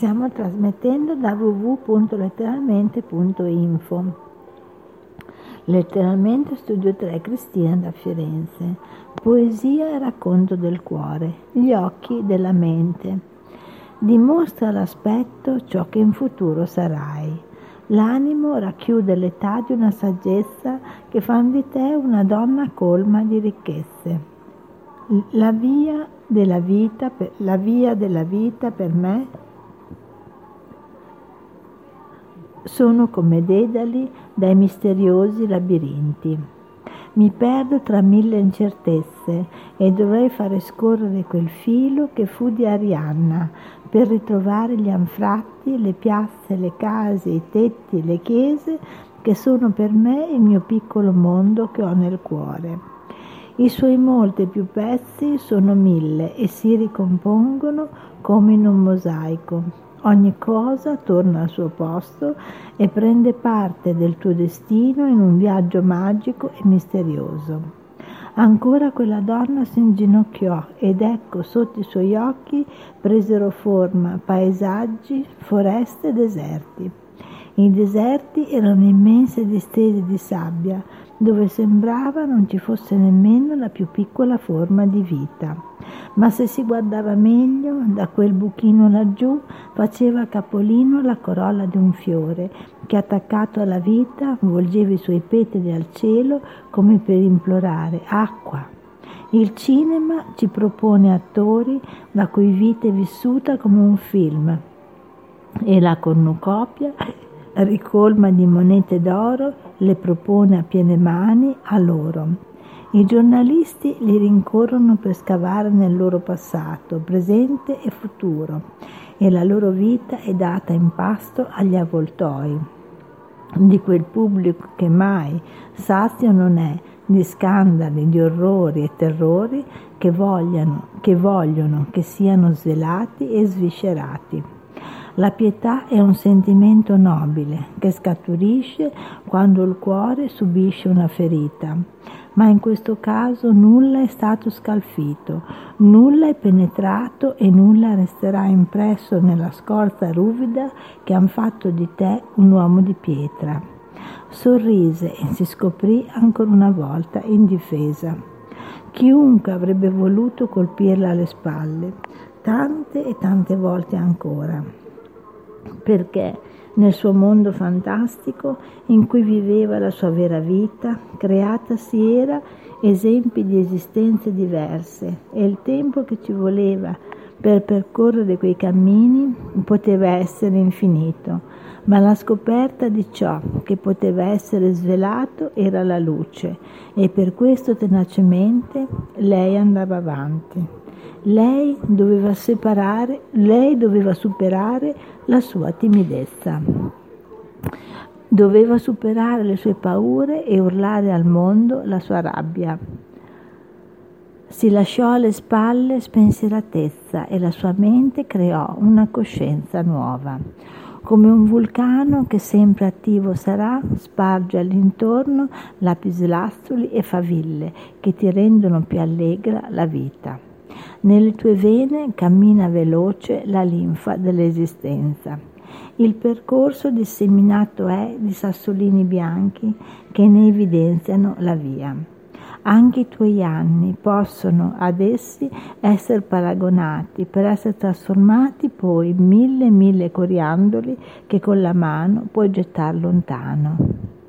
Stiamo trasmettendo da www.letteralmente.info. Letteralmente Studio 3, Cristina da Firenze. Poesia e racconto del cuore. Gli occhi della mente. Dimostra l'aspetto ciò che in futuro sarai. L'animo racchiude l'età di una saggezza che fa di te una donna colma di ricchezze. La via della vita per me sono come dedali dai misteriosi labirinti. Mi perdo tra mille incertezze e dovrei fare scorrere quel filo che fu di Arianna per ritrovare gli anfratti, le piazze, le case, i tetti, le chiese che sono per me il mio piccolo mondo che ho nel cuore. I suoi molti più pezzi sono 1000 e si ricompongono come in un mosaico. Ogni cosa torna al suo posto e prende parte del tuo destino in un viaggio magico e misterioso. Ancora quella donna si inginocchiò ed ecco sotto i suoi occhi presero forma paesaggi, foreste e deserti. I deserti erano immense distese di sabbia, dove sembrava non ci fosse nemmeno la più piccola forma di vita. Ma se si guardava meglio, da quel buchino laggiù faceva capolino la corolla di un fiore che, attaccato alla vita, volgeva i suoi petali al cielo come per implorare acqua. Il cinema ci propone attori la cui vita è vissuta come un film e la cornucopia ricolma di monete d'oro le propone a piene mani a loro. I giornalisti li rincorrono per scavare nel loro passato, presente e futuro, e la loro vita è data in pasto agli avvoltoi di quel pubblico che mai sazio non è di scandali, di orrori e terrori che vogliono che siano svelati e sviscerati. La pietà è un sentimento nobile che scaturisce quando il cuore subisce una ferita, ma in questo caso nulla è stato scalfito, nulla è penetrato e nulla resterà impresso nella scorza ruvida che han fatto di te un uomo di pietra. Sorrise e si scoprì ancora una volta indifesa. Chiunque avrebbe voluto colpirla alle spalle, tante e tante volte ancora, perché nel suo mondo fantastico in cui viveva la sua vera vita, creata si era esempi di esistenze diverse e il tempo che ci voleva per percorrere quei cammini poteva essere infinito, ma la scoperta di ciò che poteva essere svelato era la luce e per questo tenacemente lei andava avanti. Lei doveva superare la sua timidezza. Doveva superare le sue paure e urlare al mondo la sua rabbia. Si lasciò alle spalle spensieratezza e la sua mente creò una coscienza nuova. Come un vulcano che sempre attivo sarà, sparge all'intorno lapislazzuli e faville che ti rendono più allegra la vita. Nelle tue vene cammina veloce la linfa dell'esistenza. Il percorso disseminato è di sassolini bianchi che ne evidenziano la via. Anche i tuoi anni possono ad essi essere paragonati per essere trasformati poi in mille coriandoli che con la mano puoi gettare lontano.